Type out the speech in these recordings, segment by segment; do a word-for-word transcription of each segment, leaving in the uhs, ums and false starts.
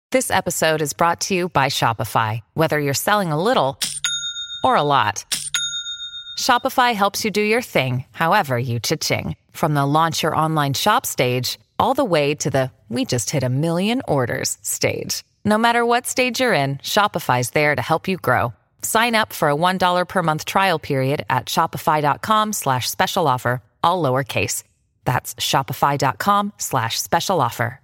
This episode is brought to you by Shopify. Whether you're selling a little or a lot, Shopify helps you do your thing, however you cha-ching. From the launch your online shop stage, all the way to the we just hit a million orders stage. No matter what stage you're in, Shopify's there to help you grow. Sign up for a one dollar per month trial period at shopify.com slash special offer, all lowercase. That's shopify.com slash special offer.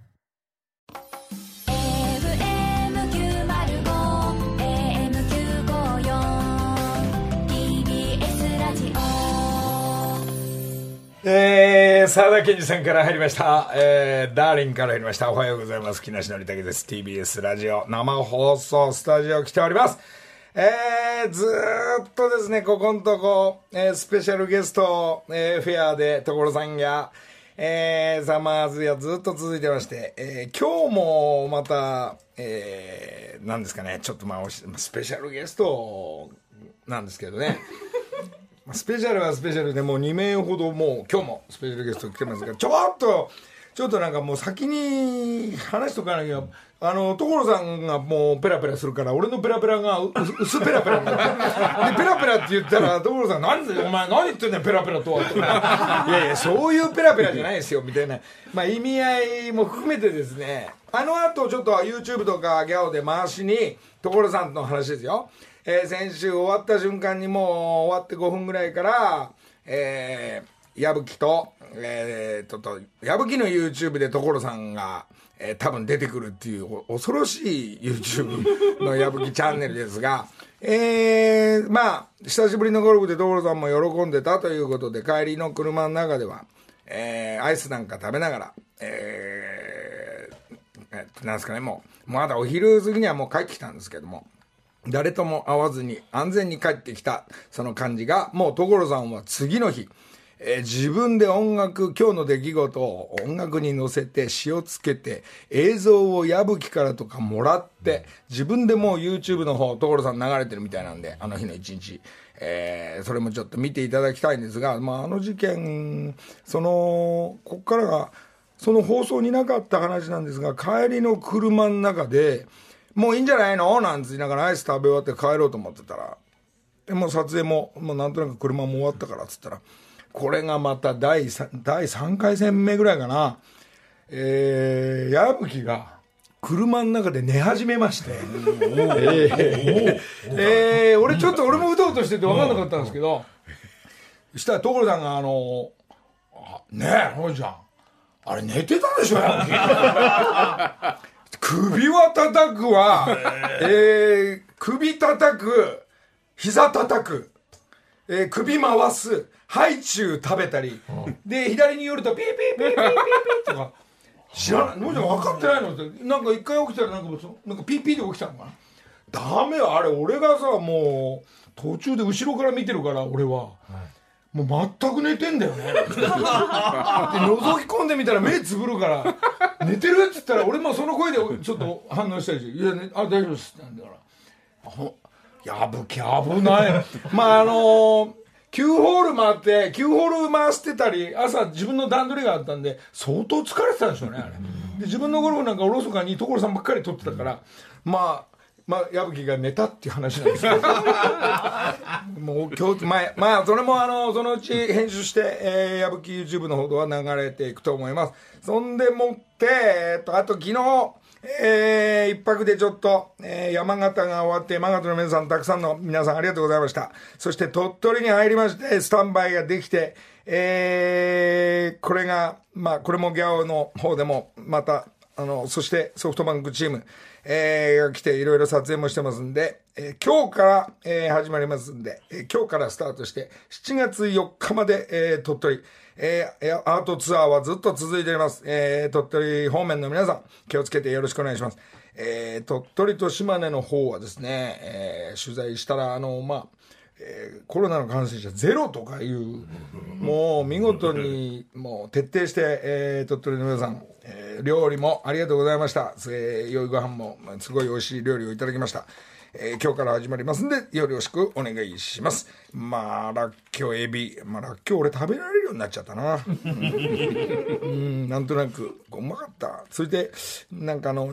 えー、沢田健二さんから入りました、えー、ダーリンから入りました。おはようございます。木梨憲武です。 ティービーエス ラジオ生放送スタジオ来ております。えー、ずーっとですね、ここんとこ、えー、スペシャルゲスト、えー、フェアで所さんや、えー、サマーズやずっと続いてまして、えー、今日もまた、えー、なんですかね、ちょっとまあスペシャルゲストなんですけどねスペシャルはスペシャルでもうにめいほどもう今日もスペシャルゲスト来てますが、ちょっとちょっとなんかもう先に話しとかなきゃ、あの所さんがもうペラペラするから俺のペラペラが薄ペラペラになってでペラペラって言ったら所さん何でお前何言ってんだよペラペラとはといやいやそういうペラペラじゃないですよみたいな、まあ、意味合いも含めてですね、あの後ちょっと YouTube とかギャオで回しに所さんの話ですよ。えー、先週終わった瞬間にもう終わってごふんぐらいから、えー、矢吹と、えー、とと矢吹の YouTube で所さんが、えー、多分出てくるっていう恐ろしい YouTube の矢吹チャンネルですが、えー、まあ久しぶりのゴルフで所さんも喜んでたということで、帰りの車の中では、えー、アイスなんか食べながら、えー、えー、なんですかね、もうまだお昼過ぎにはもう帰ってきたんですけども、誰とも会わずに安全に帰ってきたその感じが、もう所さんは次の日、えー、自分で音楽、今日の出来事を音楽に乗せて詞をつけて映像を矢吹からとかもらって、自分でもう YouTube の方所さん流れてるみたいなんで、あの日の一日、えー、それもちょっと見ていただきたいんですが、まあ、あの事件、そのここからがその放送になかった話なんですが、帰りの車の中でもういいんじゃないのなんついながらアイス食べ終わって帰ろうと思ってたら、でもう撮影ももうなんとなく車も終わったからっつったら、これがまた第 3, 第さんかい戦目ぐらいかな、えー、矢吹が車の中で寝始めましてえー、えー、俺ちょっと俺もうとうとしてて分かんなかったんですけど、そしたら所さんがあのあねえほいじゃんあれ寝てたでしょ矢吹首は叩くわ、えー、首叩く、膝叩く、えー、首回す、ハイチュウ食べたり、うん、で左に寄るとピーピーピーピーピーピーとか知らない、もうじゃ分かってないのって、なんか一回起きたらなんかなんかピーピーで起きたのかな。ダメよあれ、俺がさもう途中で後ろから見てるから俺は、うん、もう全く寝てんだよねで覗き込んでみたら目つぶるから寝てるって言ったら俺もその声でちょっと反応したりして「いや、ね、あ大丈夫です」ってなんだから矢吹危ないまああのー、きゅうホール回ってきゅうホール回してたり、朝自分の段取りがあったんで相当疲れてたでしょうねあれで、自分のゴルフなんかおろそかに所さんばっかり取ってたから、まあまあ、矢吹が寝たっていう話なんですけどもう今日前まあそれもあのそのうち編集して、えー、矢吹 YouTube の方では流れていくと思います。そんでもって、えー、っとあと昨日、えー、一泊でちょっと、えー、山形が終わって、山形の皆さんたくさんの皆さんありがとうございました。そして鳥取に入りましてスタンバイができて、えー、これがまあこれもギャオの方でもまたあのそしてソフトバンクチームえー、が来ていろいろ撮影もしてますんで、えー、今日から、えー、始まりますんで、えー、今日からスタートしてしちがつよっかまで、えー、鳥取、えー、アートツアーはずっと続いております。えー、鳥取方面の皆さん気をつけてよろしくお願いします。えー、鳥取と島根の方はですね、えー、取材したらあのまあえー、コロナの感染者ゼロとかいうもう見事にもう徹底して、えー、鳥取の皆さん、えー、料理もありがとうございました。えー、良いご飯もすごい美味しい料理をいただきました。えー、今日から始まりますんでよろしくお願いします。まあらっきょうエビ、まあらっきょう俺食べられるようになっちゃったなうんなんとなくうまかった。それでなんかあの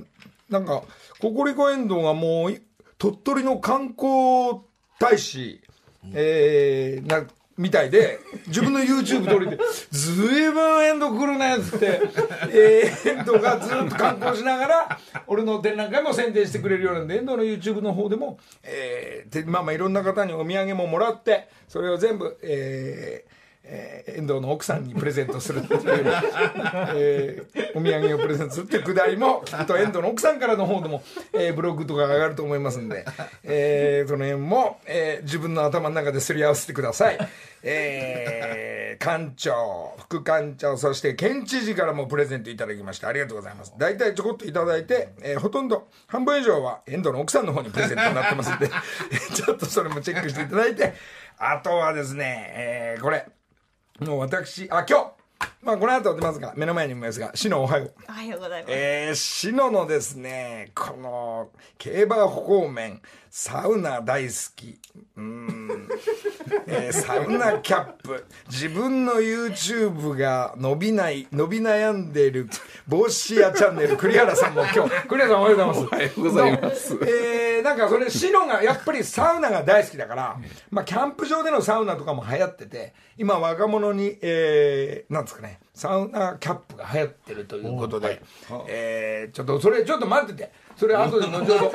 なんかココリコ遠藤がもう鳥取の観光大使、えー、なみたいで、自分の YouTube 撮りでずいぶん遠藤来るねっつって、えー、遠藤がずっと観光しながら俺の展覧会も宣伝してくれるようなんで、遠藤の YouTube の方でも、えー、まあまあいろんな方にお土産ももらって、それを全部、えーえー、遠藤の奥さんにプレゼントするっていう、えー、お土産をプレゼントするっていうくだりもきっと遠藤の奥さんからの方でも、えー、ブログとか上がると思いますんで、えー、その辺も、えー、自分の頭の中ですり合わせてください。えー、館長、副館長、そして県知事からもプレゼントいただきましてありがとうございます。大体ちょこっといただいて、えー、ほとんど半分以上は遠藤の奥さんの方にプレゼントになってますんでちょっとそれもチェックしていただいて、あとはですね、えー、これもう私、あ、今日、まあこの後出ますが、目の前にもいますが、シノおはよう。 おはようございます。 えー、シノのですね、この、競馬方面、サウナ大好き。うーん。えー、サウナキャップ。自分の YouTube が伸びない、伸び悩んでいる、帽子屋チャンネル、栗原さんも今日、栗原さんおはようございます。 おはようございます。 えー、なんかそれ、シノがやっぱりサウナが大好きだから、まあキャンプ場でのサウナとかも流行ってて、今若者に、えー、なんですかね、サウナキャップが流行ってるということで、はい、えー、ちょっとそれちょっと待ってて、それ後で後ほど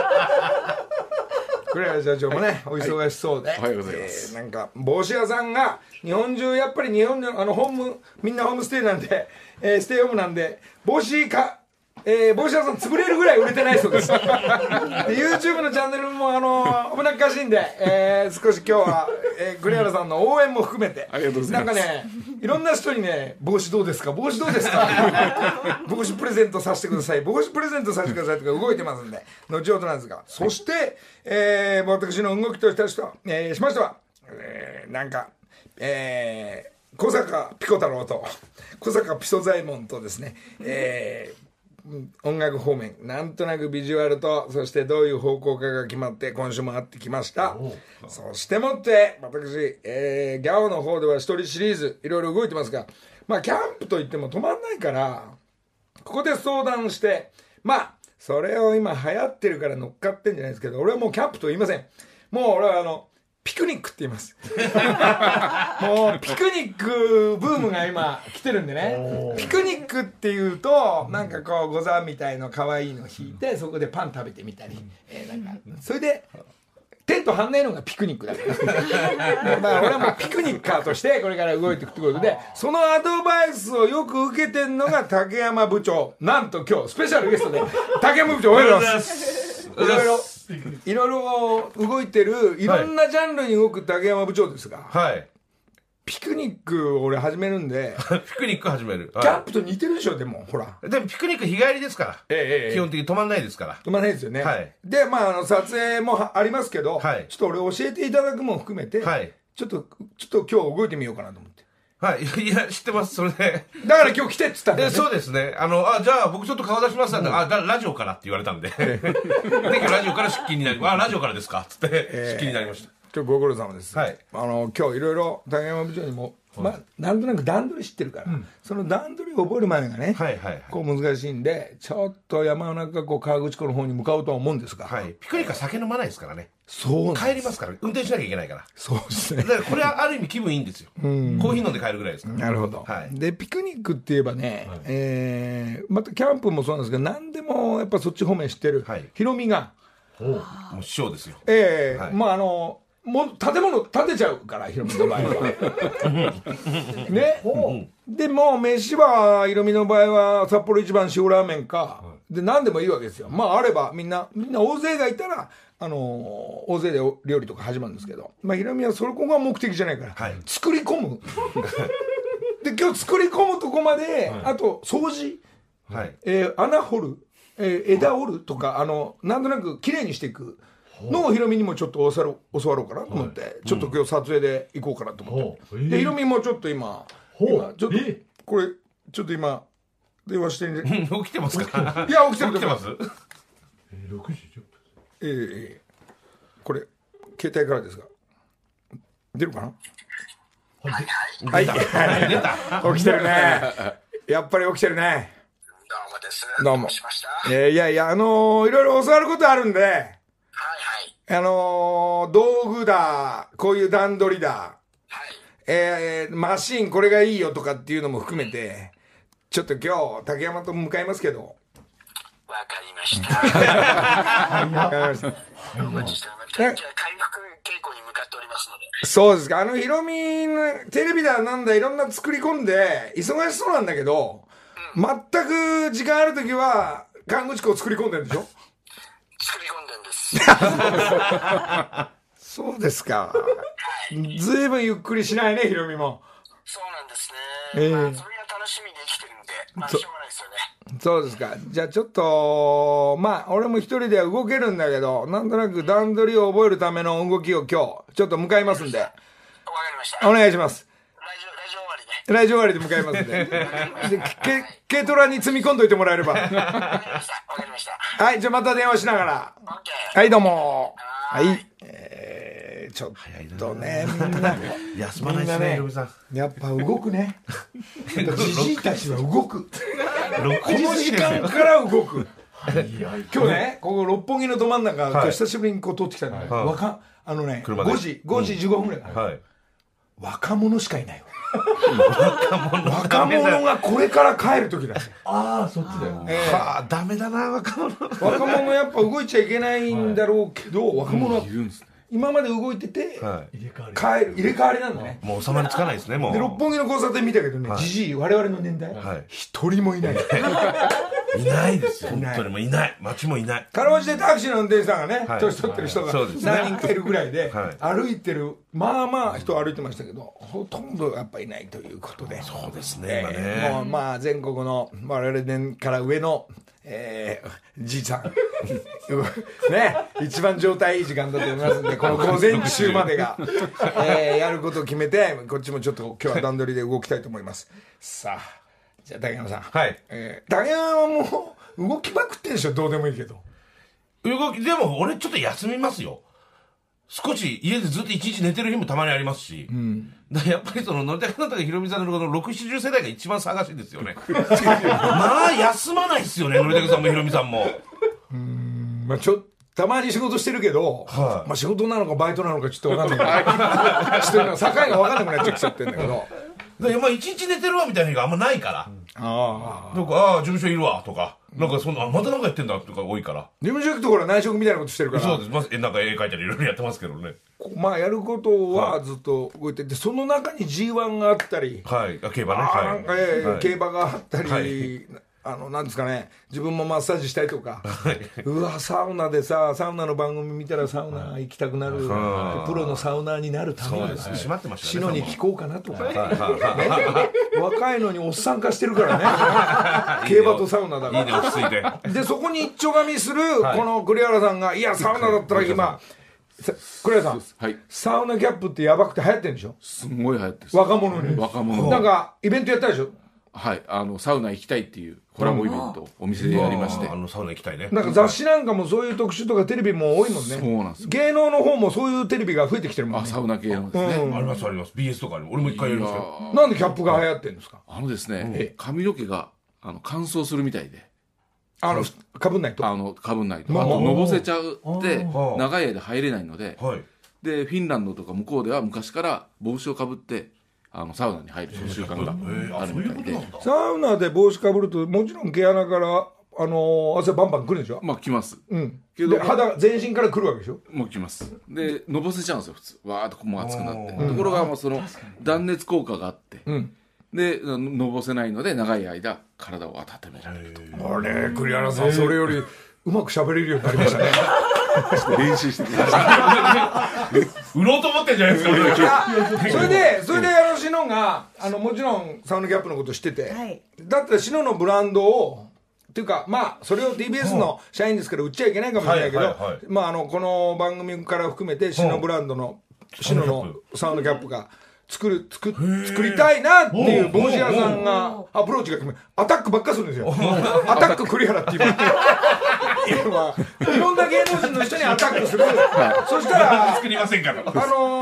栗原社長もねお忙しそうで、 はい、おはようございます、 えー、なんか帽子屋さんが日本中やっぱり日本のあのホームみんなホームステイなんで、えー、ステイホームなんで帽子かえー、帽子屋さん潰れるぐらい売れてないそうですで YouTube のチャンネルもあのー、危なっかしいんで、えー、少し今日は、えー、栗原さんの応援も含めてありがとうございます。 なんかねいろんな人にね帽子どうですか帽子どうですか帽子プレゼントさせてください帽子プレゼントさせてくださいとか動いてますんで後ほどなんですが、そして、えー、私の動きとした人、えー、しましては、えー、なんかえー、小坂ピコ太郎と小坂ピソ左衛門とですね、えー音楽方面なんとなくビジュアルとそしてどういう方向かが決まって今週も会ってきました。そしてもって私、えー、ギャオの方では一人シリーズいろいろ動いてますが、まあキャンプといっても止まんないからここで相談して、まあそれを今流行ってるから乗っかってんじゃないですけど、俺はもうキャンプと言いません。もう俺はあのピクニックって言いますもうピクニックブームが今来てるんでねピクニックっていうとなんかこうゴザみたいの可愛いの引いてそこでパン食べてみたり、えー、なんかそれでテント張んないのがピクニックだからだから俺はもうピクニッカーとしてこれから動いていくってことで、そのアドバイスをよく受けてるのが竹山部長。なんと今日スペシャルゲストで竹山部長おはようございますいろいろいろいろ動いてるいろんなジャンルに動く竹山部長ですが、 はい、 ピクニック俺始めるんでピクニック始める、 はい、キャンプと似てるでしょ。でもほらでもピクニック日帰りですから、ええ、基本的に止まんないですから止まんないですよね、 はい、 でまああの撮影もありますけど、はい、ちょっと俺教えていただくも含めて、はい、ちょっとちょっと今日動いてみようかなと思って。はい、 いや、知ってます、それで。 だから今日来てって言ったんだよね。 そうですね。あの、あ、じゃあ僕ちょっと顔出しますなんて、うん、あ、ラジオからって言われたんで。で、ラジオから出勤になり、あ、ラジオからですかつって、出勤になりました。 ちょっとご苦労様です。はい。あの、今日いろいろ竹山部長にも、まあ、なんとなく段取り知ってるから、うん、その段取りを覚えるまでがね、はいはいはい、こう難しいんで、ちょっと山の中、こう川口湖の方に向かおうとは思うんですが。 はい。ピクニックは酒飲まないですからね。 そう帰りますから、運転しなきゃいけないから。 そうですね。 だからこれはある意味気分いいんですよ。うん、コーヒー飲んで帰るぐらいですから。 なるほど。はい。で、ピクニックって言えばね、はい、えー、またキャンプもそうなんですけど、何でもやっぱそっち方面知ってる、はい、ヒロミが。 もう師匠ですよ。 ええーはい、まああの、もう建物建てちゃうからヒロミの場合はねでも飯はヒロミの場合は札幌一番塩ラーメンかで何でもいいわけですよ。まああればみんなみんな大勢がいたらあのー、大勢で料理とか始まるんですけど、まあヒロミはそれここが目的じゃないから、はい、作り込むで今日作り込むとこまで、はい、あと掃除、はいえー、穴掘る、えー、枝折るとかあのなんとなくきれいにしていくのヒロミにもちょっと教わろう、教わろうかなと思って、はい、ちょっと今日撮影で行こうかなと思って、うん、でヒロミもちょっと今今ちょっとこれちょっと今電話してね起きてますかいや起きてる起きてますえー、ろくじじゅっぷんえー、えー、これ携帯からですが出るかなはい、はい、 出た起きてるねやっぱり起きてるねうもです。 どうも。 しました。 えー、いやいや、あのー、いろいろ教わることあるんで、はいはい。あのー、道具だ、こういう段取りだ、はい。えー、マシンこれがいいよとかっていうのも含めて、ちょっと今日、竹山と向かいますけど。 わかりました。わかりました。お待ちしております。じゃあ、回復傾向に向かっておりますので。 そうですか。あの、ヒロミのテレビだなんだいろんな作り込んで、忙しそうなんだけど、うん、全く時間あるときは、看護師を作り込んでるんでしょ？ 作り込んでるんです。 そうですか。ずいぶんゆっくりしないね、ヒロミも。 そうなんですね。えー、まあ、それが楽しみで生きてるんで、まあ、しょうがないですよね。 そうですか。じゃあちょっと、まあ、俺も一人では動けるんだけど、なんとなく段取りを覚えるための動きを今日、ちょっと向かいますんで。わかりました。 お願いします。 ラジオ、ラジオ終わりで。 ラジオ終わりで向かいますんで。で、け、軽トラに積み込んどいてもらえれば。わかりました。わかりました。 はい、じゃあまた電話しながら。 オッケー。 はい、どうも。はい。えー、ちょっとね、みんな。 休まないですね、ヒロミさん。 やっぱ動くね。じじいたちは動く。この時間から動く。今日ね、ここ六本木のど真ん中、今日久しぶりにこう通ってきたんだけど、若、あのね、ごじ、ごじじゅうごふんぐらいから。若者しかいないよ。若者がこれから帰る時だ。 ああ、そっちだよ。はあ、ダメだな、若者。 若者やっぱ動いちゃいけないんだろうけど、若者は今まで動いてて、帰る、入れ替わりなんだね。 もう収まりつかないですね、もう。 で、六本木の交差点見たけどね、じじい、我々の年代、一人もいない。 いないですよ、本当にもういない。街もいない。 かろうじてタクシーの運転手さんがね、年取ってる人が何人かいるぐらいで、歩いてる、まあまあ人歩いてましたけど、ほとんどやっぱいないということで。 そうですね、今ね。 もうまあ全国の我々年から上の、えー、じいさん。ね、一番状態いい時間だと思いますんで、この午前中までが、えー、やることを決めて、こっちもちょっと今日は段取りで動きたいと思います。さあ。じゃあ竹山さん、 はい、 えー、竹山はもう動きまくってんでしょ。どうでもいいけど動きでも俺ちょっと休みますよ。少し家でずっと一日寝てる日もたまにありますし、うん、だやっぱりそののりたけさんとかひろみさんのこのろく、ななじゅう世代が一番騒がしいですよね。まあ休まないっすよね、のりたけさんもひろみさんも。 うーん、まあちょっとたまに仕事してるけど、はい、まあ仕事なのかバイトなのかちょっと分かんないからちょっと今境が分かんなくなっちゃってんだけどでまあ一日寝てるわみたいな日があんまないから、うん、ああなんかああ事務所いるわとか、うん、なんかそんなあまたなんかやってんだとか多いから。 事務所行くところは内職みたいなことしてるから。 そうです、まあ、なんか絵描いたりいろいろやってますけどね。 まあやることはずっと動いてて、はい、その中に ジーワン があったり、 はい、競馬ね、 はい、 なんか、 えーはい、競馬があったり、はい、あのなんですかね、自分もマッサージしたいとか、はい、うわサウナでさ、サウナの番組見たらサウナ行きたくなる、はい、プロのサウナーになるためにはシノに聞こうかなとか、ね、若いのにおっさん化してるからね競馬とサウナだから。 いいね、落ち着いて。 でそこに一丁噛みする、はい、この栗原さんが、いやサウナだったら今、栗原さん、はい、サウナキャップってやばくて流行ってるんでしょ。 すごい流行ってる。 若者に。 若者なんかイベントやったでしょ。 はい、あのサウナ行きたいっていうコラボイベントをお店でやりまして、 あのサウナ行きたいね。 なんか雑誌なんかもそういう特集とかテレビも多いもんね。 そうなんです。 芸能の方もそういうテレビが増えてきてるもんね。 あ、サウナ系のですね、 うん、ありますあります。 ビーエス とかにも俺も一回やりましたよ。 なんでキャップが流行ってるんですか。 あのですね、髪の毛があの乾燥するみたいで、 あのかぶんないとあのかぶんないと、あとのぼせちゃうって長い間入れないので、はい、でフィンランドとか向こうでは昔から帽子をかぶってあのサウナに入る習慣があるみたいで、 サウナで帽子かぶるともちろん毛穴からあのー、汗バンバンくるんでしょ。 まあ来ます、 うん、けど肌全身からくるわけでしょ。 もう来ます。でのぼせちゃうんですよ普通、わーっともう熱くなって、ところがもうその断熱効果があって、うん、でのぼせないので長い間体を温められると。 あれ栗原さん、それよりうまく喋れるようになりましたね。 練習してきました売ろうと思ってんじゃないですか。 それでそれであのシノがあのもちろんサウナキャップのこと知ってて、はい、だったらシノのブランドをっていうか、まあそれを ティービーエス の社員ですから売っちゃいけないかもしれないけど、はいはいはい、まああのこの番組から含めてシノブランドのシノのサウナキャップが作る作作りたいなっていう帽子屋さんがアプローチが決め、アタックばっかするんですよ。アタック栗原っていう。いろんな芸能人の人にアタックする。そしたら作りませんから。 あの竹山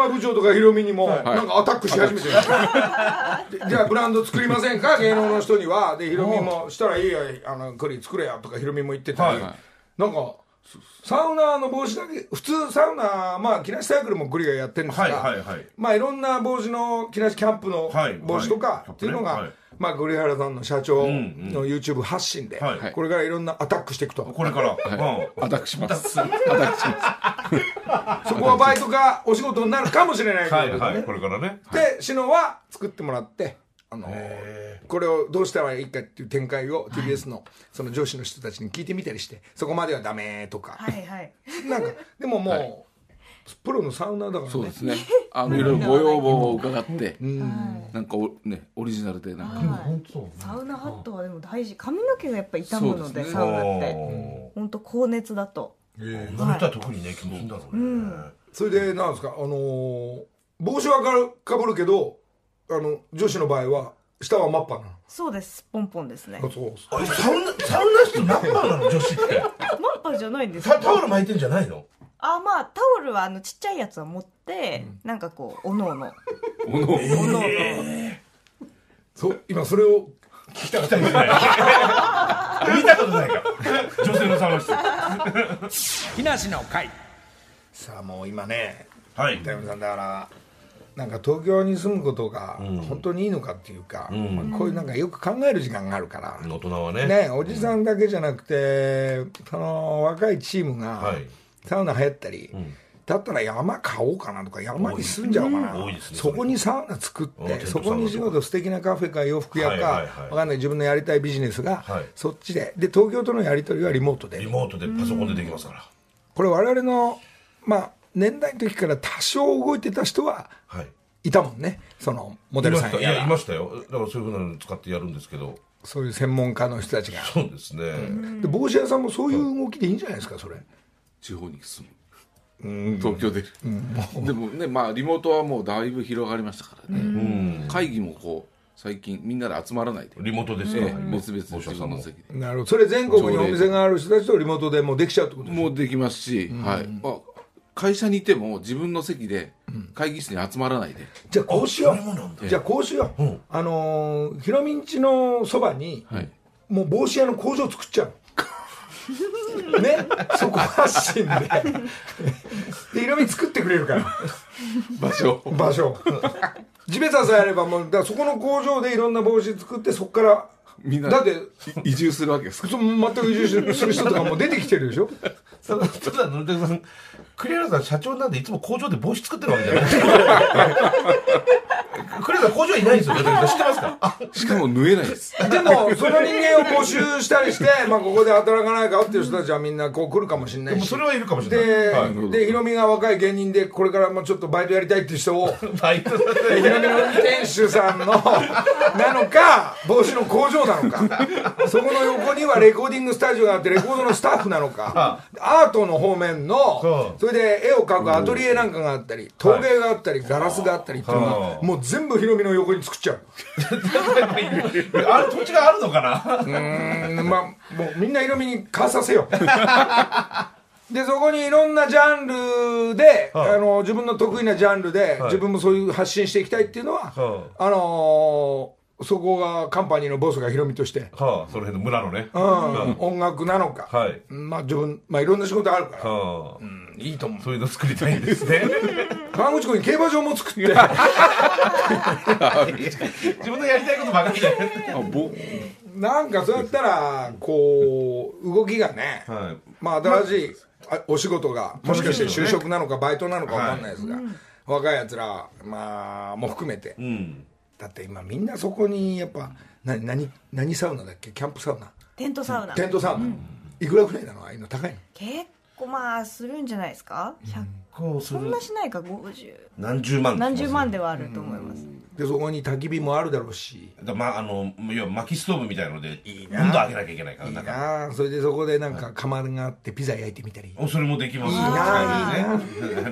山部長とかヒロミにもなんかアタックし始めてる、はい、じゃあブランド作りませんか芸能の人には。でヒロミもしたらいいよあの栗作れよとかヒロミも言ってたり、はい、なんかサウナの帽子だけ普通サウナまあ木梨サイクルも栗がやってるんですが、はいはいはい、まあいろんな帽子の木梨キャンプの帽子とかっていうのが、はいはい、まあ栗原さんの社長の YouTube 発信で、うんうん、これからいろんなアタックしていくと。 これから、はいうん、アタックしますアタックしますそこはバイトかお仕事になるかもしれないけどね、 はいはい、これからね。 でシノは作ってもらってあのこれをどうしたらいいかっていう展開を ティービーエス のその上司の人たちに聞いてみたりして、そこまではダメとか、 はいはい、 なんかでももう、はい、プロのサウナーだからね。 そうですね。あのいろいろご要望を伺って、うん、なんかおねオリジナルでなんか、 はい、サウナハットはでも大事。髪の毛がやっぱ傷むので、ね、サウナって本当高熱だと。 ええー、はい、は特にね気もするんだろうね。うん、 それでなんですかあのー、帽子はかぶるけどあの女子の場合は下はマッパなの。 そうですポンポンですね。 そうあサウナサウナ室マッパなの女子って。 マッパじゃないんですか。タオル巻いてんじゃないの。 あまあタオルはあのちっちゃいやつを持って、うん、なんかこうおのおのおのおの、 えー、そう今それを聞きたかったんですね見たことないから女性のサウナ室木梨の会。さあもう今ねはい田山さんだからなんか東京に住むことが本当にいいのかっていうか、うんまあ、こういうなんかよく考える時間があるから、 大人はね、 ねおじさんだけじゃなくてその若いチームがサウナ流行ったり、はい、だったら山買おうかなとか山に住んじゃおうかな、うんね、そこにサウナ作ってそこに仕事素敵なカフェか洋服屋か、はいはいはい、分かんない自分のやりたいビジネスが、はい、そっちでで東京とのやり取りはリモートでリモートでパソコンでできますから、 これ我々のまあ年代の時から多少動いてた人は、はいいたもんねそのモデルさんやら。 いやいましたよ。だからそういうふうなの使ってやるんですけど、 そういう専門家の人たちが。 そうですね、うん、 で帽子屋さんもそういう動きでいいんじゃないですか。それ地方に住む、うん、東京で、うん、でもねまあリモートはもうだいぶ広がりましたからね、うん、会議もこう最近みんなで集まらないでリモートですか、 えー、別々の自分の席で。 なるほど。それ全国にお店がある人たちとリモートでもうできちゃうってことですか。 もうできますし、うん、はい、まあ会社にいても自分の席で会議室に集まらないで、うん、 じゃあこうしようじゃあこうしよう、うん、あのー、ひろみんちのそばに、はい、もう帽子屋の工場作っちゃうねそこ発信ででひろみん作ってくれるから場所場所地べたさえあればもうだからそこの工場でいろんな帽子作ってそこからみんなだって移住するわけですか。 全く移住する人とかも出てきてるでしょただただ野手さん栗原さん社長なんでいつも工場で帽子作ってるわけじゃないですか栗原さん工場いないんですよ。知ってますか。 しかも縫えないです。 でもその人間を募集したりしてまあここで働かないかっていう人たちはみんなこう来るかもしれないし、でもそれはいるかもしれないで、はい、でヒロミが若い芸人でこれからもちょっとバイトやりたいっていう人をバイトヒロミの店主さんのなのか帽子の工場なのかそこの横にはレコーディングスタジオがあってレコードのスタッフなのかアートの方面のそれで絵を描くアトリエなんかがあったり陶芸があったりガラスがあったりっていうのがもう全部ヒロミの横に作っちゃうあれ土地があるのかな。 うーんまあもうみんなヒロミに買わさせようでそこにいろんなジャンルで、はあ、あの自分の得意なジャンルで、はい、自分もそういう発信していきたいっていうのは、はあ、あのーそこがカンパニーのボスがヒロミとして、 はあ、その辺の村のね、 うん、音楽なのか、はい、まあ自分、まあいろんな仕事あるから、はあうん、いいと思う。 そういうの作りたいんですね。 川口湖に競馬場も作って、 自分のやりたいことばかりで、 なんかそうやったらこう動きがね、はい、まあ新しいお仕事がもしかして就職なのかバイトなのかわかんないですが、はい、若いやつらまあも含めて。うんだって今みんなそこにやっぱ何何何サウナだっけキャンプサウナテントサウナテントサウナ、うん、いくらぐらいなのああいうの高いの結構まあするんじゃないですかひゃくそんなしないかごじゅう何十万何十万ではあると思います、 うん、でそこに焚き火もあるだろうしだ、まあ、あの要は薪ストーブみたいなのでいいな温度上げなきゃいけないからいいなそれでそこでなんか窯があってピザ焼いてみたりおそれもできますいいないいな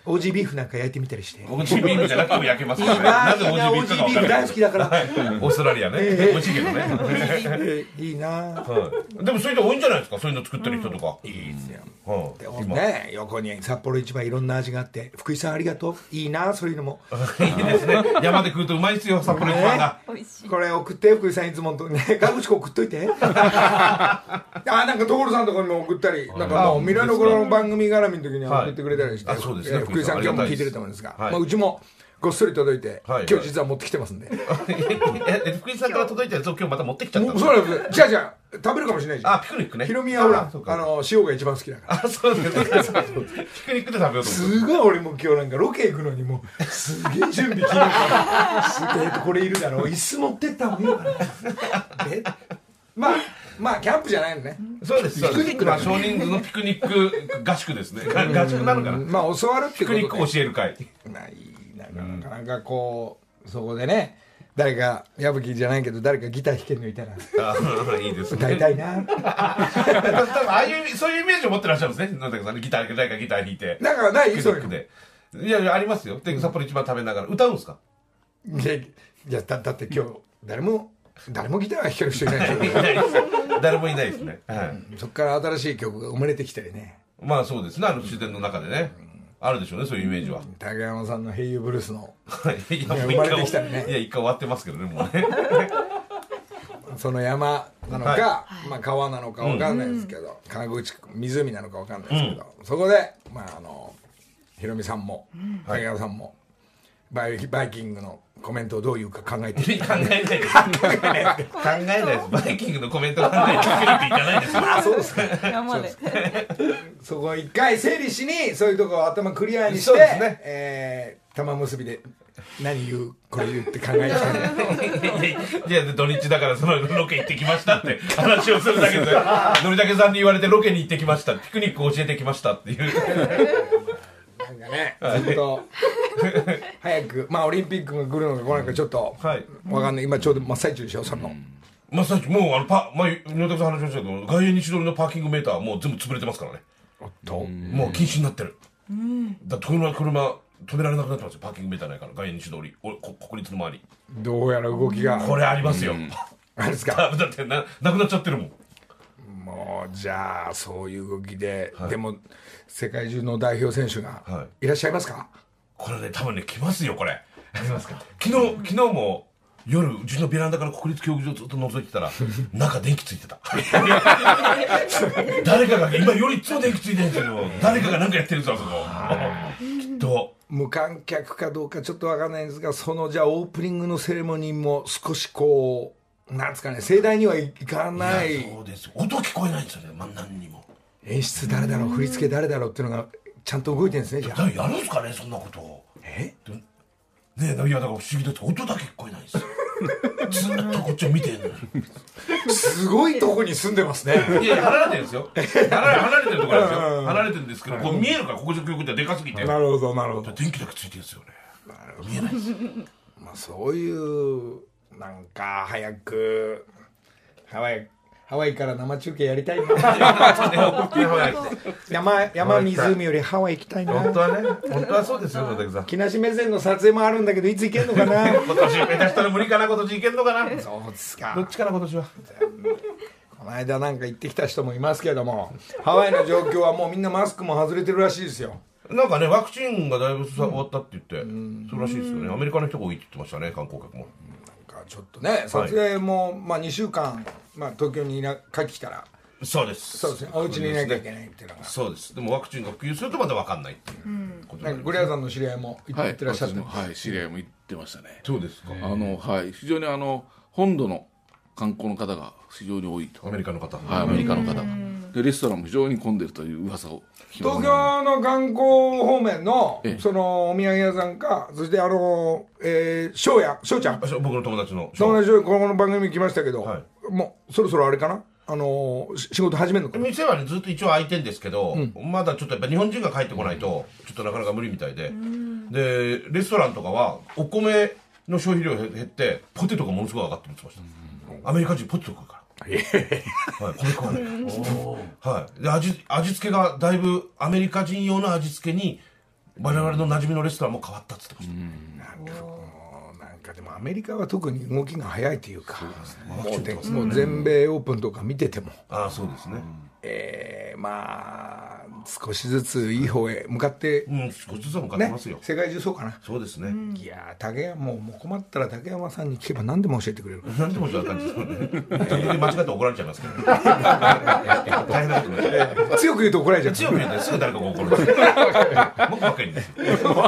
オージー ビーフなんか焼いてみたりして。 オージー ビーフじゃなくても焼けますいいからね。 な、 なぜオージー ビーフか分かんない。 大好きだから。 オーストラリアね。美味しいけどね。 いいな。 でもそういうの多いんじゃないですか、そういうの作ってる人とか。 いいですよ。でもね、横に札幌一番いろんな味があって、福井さんありがとう。いいな、そういうのも。 いいですね。山で食うとうまいですよ、札幌一番が。 これ送って、福井さんいつもね、河口湖送っといて。あ、なんか所さんとかにも送ったり、なんかもう未来の頃の番組絡みの時に送ってくれたりして、福井さん今日も聞いてると思うんですが、まあうちもごっそり届いて、今日実は持ってきてますんで。 福井さんから届いたやつを今日また持ってきちゃった。 そうなんです。じゃあじゃあ食べるかもしれないし。 あ、ピクニックね。 ヒロミはほら、あの塩が一番好きだから。 あ、そうですね。ピクニックで食べようと思って。 すごい俺も今日なんかロケ行くのにもうすげえ準備気になるから。すげえとこれいるだろう。椅子持ってった方がいいのかな。え、まあまあキャンプじゃないのね。 そうです。ピクニックまあ少人数のピクニック合宿ですね。合宿なのかな。 まあ教わるってことで。 ピクニック教える会。 まあいいなかなかこうそこでね。誰か矢吹じゃないけど誰かギター弾けるのいたらあいいですね歌いたいな多分ああいうそういうイメージを持ってらっしゃるんですね野竹さんギター誰かギター弾いてなんかないそういうのでいやいやありますよで札幌一番食べながら歌うんですかいやいや だ, だって今日誰も誰もギター弾ける人いないでしょ誰もいないですね、はい、 そっから新しい曲が生まれてきたりねまあそうですねあの自然の中でね、うんあるでしょうねそういうイメージは竹山さんの「ヘイユーブルース」のいや生まれてきたりねいや一回終わってますけどねもうねその山なのか、はい、まあ川なのかわかんないですけど、うん、川口湖なのかわかんないですけど、うん、そこでまああのヒロミさんも、うん、竹山さんもバイ、バイキングのコメントをどう言うか考えて考えないです考えないですバイキングのコメント考えてピクニック行かないですあそうですか山でそこ一回整理しにそういうとこを頭クリアにして、ねえー、玉結びで何言うこれ言うって考えていや土日だからそのロケ行ってきましたって話をするだけでのりたけさんに言われてロケに行ってきましたピクニック教えてきましたっていうなんかね、ずっと早く、まあオリンピックが来るのか来ないかちょっとわかんない、今ちょうど真っ最中でしょ、その。 真っ最中、もうあのパ、まあ、野田さん話しましたけど、外苑西通りのパーキングメーターはもう全部潰れてますからね。 おっと。 もう禁止になってる。だ車、車止められなくなってますよ、パーキングメーターないから、外苑西通り、こ国立の周り。 どうやら動きが。 これありますよ。 あれですか。 だってな、なくなっちゃってるもん。 もうじゃあそういう動きで、はい、でも世界中の代表選手がいらっしゃいますか、はい、 これね多分ね来ますよこれありますか昨日昨日も夜うちのベランダから国立競技場ずっと覗いてたら中電気ついてた誰かが今よりいつも電気ついてるんですけど誰かが何かやってるんですよそこきっと無観客かどうかちょっと分かんないんですがそのじゃあオープニングのセレモニーも少しこうなんですかね盛大にはいかない。 いやそうです音聞こえないんですよね、まあ、何にも演出誰だろう振り付け誰だろうっていうのがちゃんと動いてるんですねじゃあやるんですかねそんなことをえねえいやだから不思議だって音だけ聞こえないんですよずっとこっちを見てるのにすごいとこに住んでますねいや離れてるんですよ離れてるところなんですよ離れてるんですけどこう見えるからここの曲ってでかすぎてなるほどなるほど電気だけついてるんですよね見えないですまあそういうなんか早くハワイハワイから生中継やりたいな山山湖よりハワイ行きたいな本当はね本当はそうですよ野竹さん木梨目線の撮影もあるんだけどいつ行けんのかな今年目指したら無理かな今年行けんのかなそうですかどっちかな今年はこの間なんか行ってきた人もいますけどもハワイの状況はもうみんなマスクも外れてるらしいですよなんかねワクチンがだいぶ終わったって言って、うん、そうらしいですよねアメリカの人が多いって言ってましたね観光客もちょっとね撮影も、はい、まあにしゅうかん、まあ、東京にいな帰ってきたらそうですそうですねお家にいなきゃいけないっていうのがそうですでもワクチンが普及するとまだ分かんないっていうことなんです、ね、 グレアさんの知り合いも行ってらっしゃる、 はい、はい、知り合いも行ってましたねそうですかあの、はい、非常にあの本土の観光の方が非常に多いとアメリカの方はいアメリカの方がでレストランも非常に混んでるという噂を東京の観光方面のそのお土産屋さんかそしてあのえー、翔也翔ちゃん僕の友達の友達この番組来ましたけど、はい、もうそろそろあれかなあの仕事始めるのかな店はねずっと一応開いてんですけど、うん、まだちょっとやっぱ日本人が帰ってこないとちょっとなかなか無理みたいで、うん、でレストランとかはお米の消費量減ってポテトがものすごい上がってるって言ってました、うん、アメリカ人ポテト食うからはい、これ食わないはい、で 味, 味付けがだいぶアメリカ人用の味付けに我々の馴染みのレストランも変わったっつってました。 なんかでもアメリカは特に動きが早いというか、もうもう全米オープンとか見てても、 ああそうですね、 えー、まあ少しずついい方へ向かって、 うん、少しずつ向かってますよ、 ね、世界中そうかな。 そうですね、 いや竹山もうもう困ったら竹山さんに聞けば何でも教えてくれるから。 何でもそういう感じですよね。時々間違って怒られちゃいますけど大変なことになっちゃう。 強く言うと怒られちゃう。 強く言うとすぐ誰かが怒るんですよ僕ばっかりです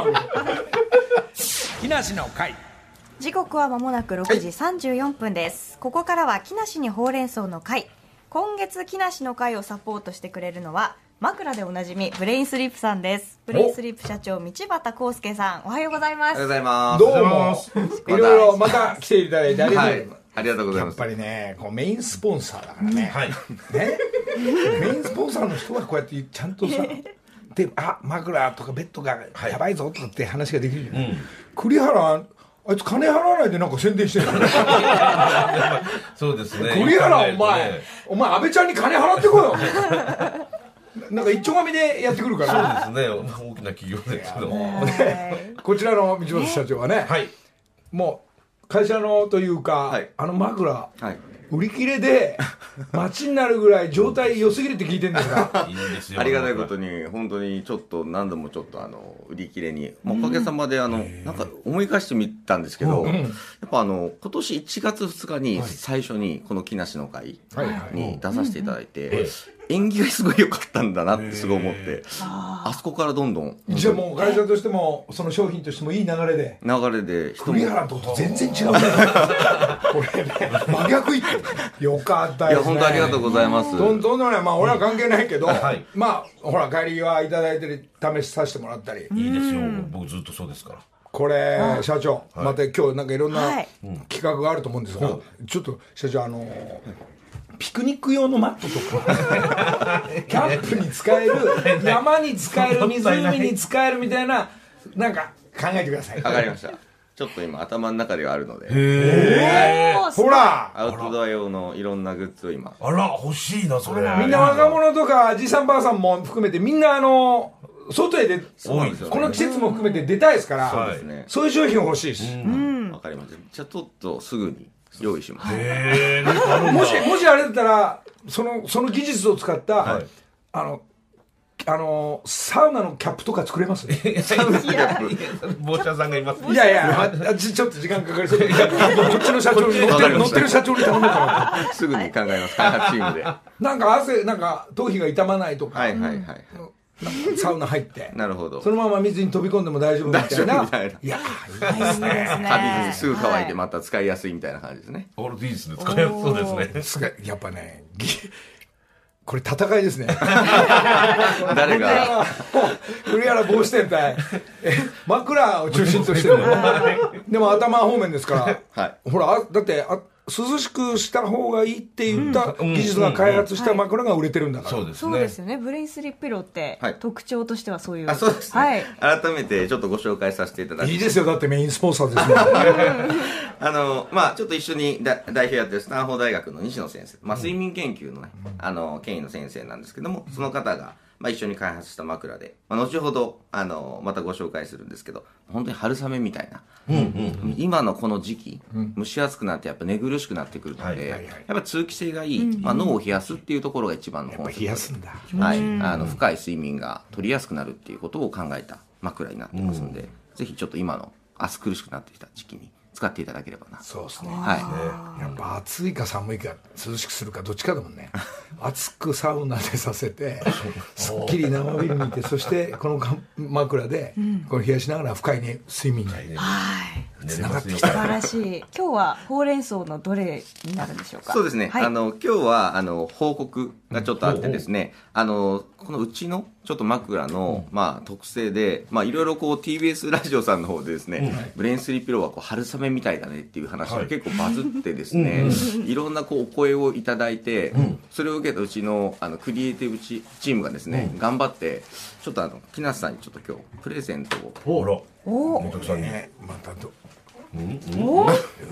木梨の会。 時刻は間もなくろくじさんじゅうよんぷんです、はい、ここからは木梨にほうれん草の会。今月木梨の会をサポートしてくれるのは枕でおなじみブレインスリープさんです。ブレインスリープ社長道端康介さん、おはようございます。 おはようございます。 どうもいろいろまた来ていただいてありがとうございます、はい、 ありがとうございます。 やっぱりねこうメインスポンサーだからね、 はい、 ねメインスポンサーの人はこうやってちゃんとさで、あ枕とかベッドがやばいぞとかって話ができるじゃない、はい、うん、栗原あいつ金払わないでなんか宣伝してるそうですね。 栗原お前お前安倍ちゃんに金払ってこいよなんか一丁紙でやってくるからそうですね、大きな企業ですけどね、こちらの道端社長はね、はい、もう会社のというか、はい、あの枕、はい、売り切れで待ちになるぐらい状態良すぎるって聞いてるんですがいいですよ。ありがたいことに本当にちょっと何度もちょっとあの売り切れに、おかげさまであのなんか思い返してみたんですけど、うん、やっぱあの今年いちがつふつかに最初にこの木梨の会に出させていただいて、縁起がすごい良かったんだなってすごい思って、あそこからどんどんじゃあもう会社としてもその商品としてもいい流れで流れで栗原のとこと全然違うねこれね真逆いってよかったですね。 いや本当ありがとうございます。 どんどんどんね、まあ俺は関係ないけど、うん、はい、まあほら帰りはいただいてる試しさせてもらったり。 いいですよ、僕ずっとそうですから。 これ社長、はい、また今日なんかいろんな企画があると思うんですが、はい、ちょっと社長あのピクニック用のマットとかキャンプに使える山に使える湖に使えるみたいななんか考えてください。 わかりました。ちょっと今頭の中ではあるので、 へー、ほらアウトドア用のいろんなグッズを今。 あら欲しいなそれ。 みんな若者とかじいさんばあさんも含めてみんなあの外へ出、 そうですよね、 この季節も含めて出たいですから、 そうですね、 そういう商品欲しいし。 わかりました。じゃあちょっとすぐに用意します。 へーもしもしあれだったらそのその技術を使った、はい、あのあのサウナのキャップとか作れます？ サウナキャップ帽子屋さんがいます。 いやいや、ま、ちょっと時間かかりそうでこっちの社長に乗ってる乗ってる社長に頼もうかなすぐに考えます。開発チームでなんか汗なんか頭皮が痛まないとか、 はいはいはい、 サウナ入ってなるほど、 そのまま水に飛び込んでも大丈夫みたいな。 みたいな。 いやいいですね。 カビずすぐ乾いてまた使いやすいみたいな感じですね。 オールディースで使いやすそうですね。 やっぱねこれ戦いですね。 誰が栗原帽子店隊枕を中心としてるでも頭方面ですから、はい、ほらだってあ涼しくした方がいいって言った技術が開発した枕が売れてるんだから。 そうですね。 そうですよね。ブレインスリープピローって特徴としてはそういう、 あ、そうですね、はい、改めてちょっとご紹介させていただきます。 いいですよ、だってメインスポンサーですもんあのまあちょっと一緒にだ代表やってるスタンフォー大学の西野先生、まあ、睡眠研究のね、あの権威の先生なんですけども、その方がまあ、一緒に開発した枕で、まあ、後ほどあのまたご紹介するんですけど、本当に春雨みたいな、うんうんうん、今のこの時期、うん、蒸し暑くなってやっぱ寝苦しくなってくるので、はいはいはい、やっぱ通気性がいい、うんうん、まあ、脳を冷やすっていうところが一番の本質で、 冷やすんだ、 はい、あの深い睡眠が取りやすくなるっていうことを考えた枕になってますので、うん、ぜひちょっと今の暑苦しくなってきた時期に使っていただければな。 そうですね、 はい、 やっぱ暑いか寒いか涼しくするかどっちかだもんね暑くサウナでさせてすっきり生ビール見て、そしてこの枕でこれ冷やしながら深い、ね、睡眠につながってきた。 素晴らしい。今日はほうれん草のどれになるんでしょうか。 そうですね、はい、あの今日はあの報告がちょっとあってですね、うん、あのこのうちのちょっと枕の、うん、まあ、特性で、まあ、いろいろこう ティービーエス ラジオさんの方でですね、うん、ブレインスリーピローはこう春雨みたいだねっていう話が結構バズってですね、はい、いろんなこうお声をいただいて、うん、それを受けたうちのあのクリエイティブチームがですね、うん、頑張ってちょっとあの木梨さんにちょっと今日プレゼントを。 おらおおさんに、 ね、またどおお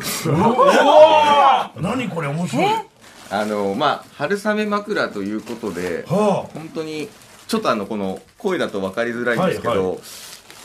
何これ面白い。 あのまあ春雨枕ということで、はあ、本当にちょっとあのこの声だと分かりづらいんですけど、はいはい、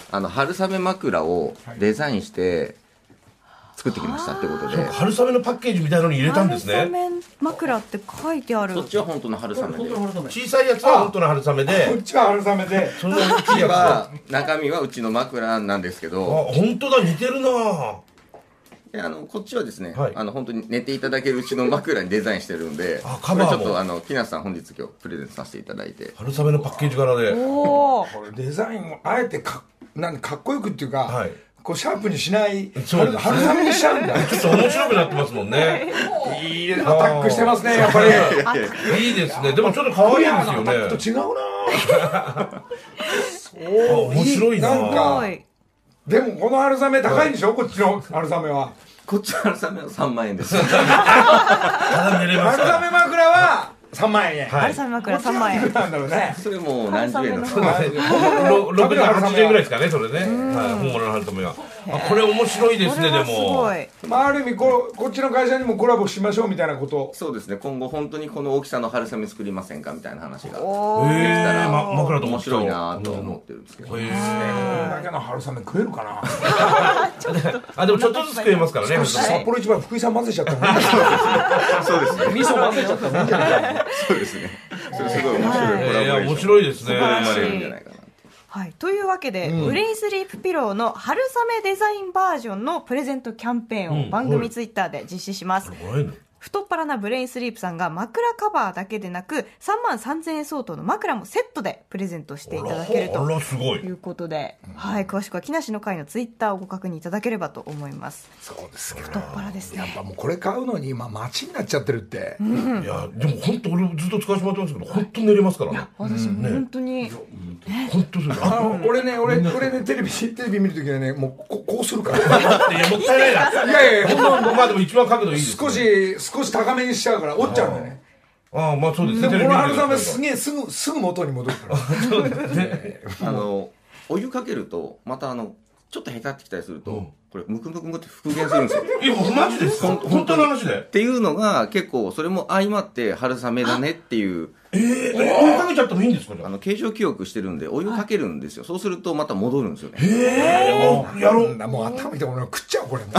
あの春雨枕をデザインして作ってきましたってことで、 春雨のパッケージみたいのに入れたんですね。 春雨枕って書いてある。 そっちは本当の春雨で、 小さいやつは本当の春雨で、 こっちは春雨で、 その大きいやつは中身はうちの枕なんですけど、 あ、本当だ、似てるな。 であのこっちはですね、 はい、 あの本当に寝ていただけるうちの枕にデザインしてるんで、 あ、カバーもこれちょっとあの木梨さん本日今日プレゼントさせていただいて、 春雨のパッケージ柄で、 おー、 これデザインをあえてかなんかっこよくっていうか、はい、こうシャープにしない春雨にしちゃうんだ。 ちょっと面白くなってますもんね。 いいね、アタックしてますね、やっぱり。 いいですね。でもちょっと可愛いですよね。 アタックと違うな。 そう面白いな。 なんかでもこの春雨高いんでしょ、こっちの春雨は。 こっちの春雨はさんまんえんです。 春雨枕はさんまんえん。 春雨枕さんまんえん。 なんだろうね。 それもう何十円だと。 ろくじゅうはちじゅうえんぐらいですかね、それね。本物の春雨は。これ面白いですね、でも。 まあある意味こっちの会社にもコラボしましょうみたいなこと。 そうですね。今後本当にこの大きさの春雨作りませんかみたいな話ができたら面白いなと思ってるんですけど。これだけの春雨食えるかな。 あ、でもちょっとずつ食えますからね。 札幌一番福井さん混ぜちゃったもん。 そうですね。 味噌混ぜちゃったもんじゃないか。 そうですね。それすごい面白いコラボレーション。 いや面白いですね。 そこで生まれるんじゃないかな。 はい、というわけで、うん、ブレインスリープピローの春雨デザインバージョンのプレゼントキャンペーンを番組ツイッターで実施します。うん、太っ腹なブレインスリープさんが枕カバーだけでなくさんまんさんぜんえん相当の枕もセットでプレゼントしていただけるということで、はい、詳しくは木梨の会のツイッターをご確認いただければと思います。 そうですか。 太っ腹ですね。 やっぱもうこれ買うのに今待ちになっちゃってるって、 うん、いやでも本当俺ずっと使わせてもらってますけど本当寝れますからね。 私も本当に、 ね、本当ですあの俺ね俺俺ねテレビテレビ見るときはねもうここうするから。 いやもったいないな。 いやいや本当まあでも一番角度いいです、ね。 少し少し高めにしちゃうから折っちゃうんだよね。 ああまあそうですね。 でもこの春雨すげえすぐすぐ元に戻るから。 あのお湯かけるとまたあのちょっとへたってきたりすると、うん、これムクムクムって復元するんですよ。 いやマジですか。本当の話で。 っていうのが結構それも相まって春雨だねっていう。 えー、お湯かけちゃってもいいんですか。 あの形状記憶してるんでお湯かけるんですよ。そうするとまた戻るんですよね。 へえー、やろう。 もう頭見て俺食っちゃうこれも。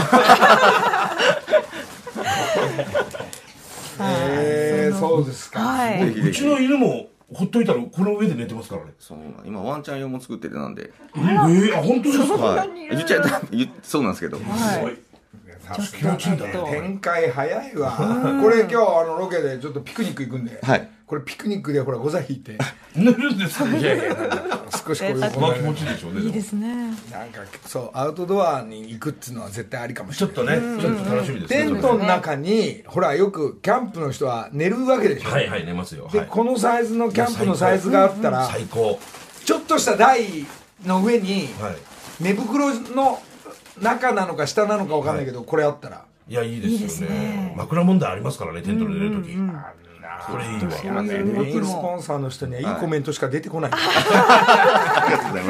えー、そうですか。 はい、 うちの犬もほっといたらこの上で寝てますからね。 そう今ワンちゃん用も作っててなんで。 えー、あ本当ですか。 はい、言っちゃったそうなんですけど。 はい、 気持ちいいんだね。展開早いわ。これ今日あのロケでちょっとピクニック行くんで、はい、これピクニックでほらゴザ引いて寝るんですか。 いやいや少しこういうまあ気持ちいいでしょうね。 いいですね。 なんかそうアウトドアに行くっていうのは絶対ありかもしれない。 ちょっとねちょっと楽しみですね。 テントの中にほらよくキャンプの人は寝るわけでしょ。 はいはい寝ますよ。 でこのサイズのキャンプのサイズがあったら最高。 ちょっとした台の上に寝袋の中なのか下なのか分かんないけどこれあったら。 いやいいですよね。枕問題ありますからねテントで寝るとき。これいいわ。 メインスポンサーの人にはいいコメントしか出てこない。 ありがとうございます。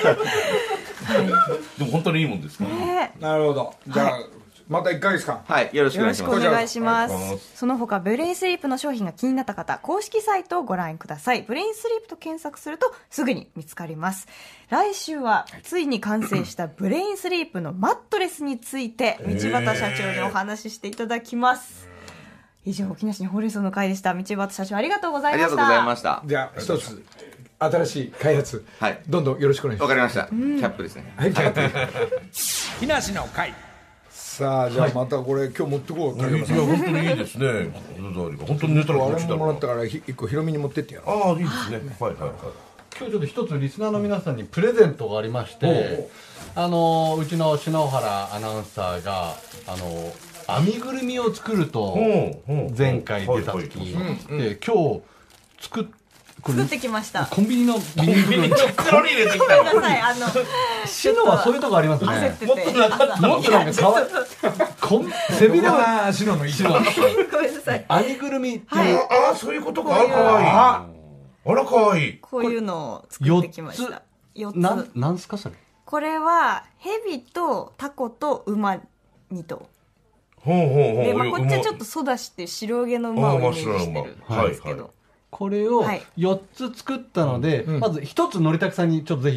でも本当にいいもんですから。 なるほど。じゃあまたいっかげつかんはいよろしくお願いします。 よろしくお願いします。その他ブレインスリープの商品が気になった方公式サイトをご覧ください。ブレインスリープと検索するとすぐに見つかります。来週はついに完成したブレインスリープのマットレスについて道端社長にお話ししていただきます。以上木梨にほうれん草の会でした。道端社長ありがとうございました。 ありがとうございました。 じゃあ一つ新しい開発、はい、どんどんよろしくお願いします。 わかりました。キャップですね。 はい、キャップ。木梨の会。さあじゃあまたこれ今日持ってこう。 いや本当にいいですね。本当に寝たらこっちだろう。 あれももらったから一個ヒロミに持ってってやろう。 ああいいですね。はいはいはい。 今日ちょっと一つリスナーの皆さんにプレゼントがありまして、あのうちの篠原アナウンサーがあの編みぐるみを作ると前回出た時で今日作っ作ってきました。 コンビニのビニール袋に袋に入れてきた。 ごめんなさいあの篠はそういうとこありますね。 焦っててもっとなかったもっとなんかかわ背びれは篠の篠ごめんなさい。 編みぐるみっていうああそういうことか。あらかわいい。あらかわいい。 こういうのを作ってきました。 よっつなんなんすかそれ。 これはヘビとタコと馬に頭。 ほうほうほう。 で、まあ、こっちはちょっとソダシっていう白毛の馬をイメージしてるんですけど、 これをよっつ作ったので、まずひとつのりたくさんにちょっとぜひ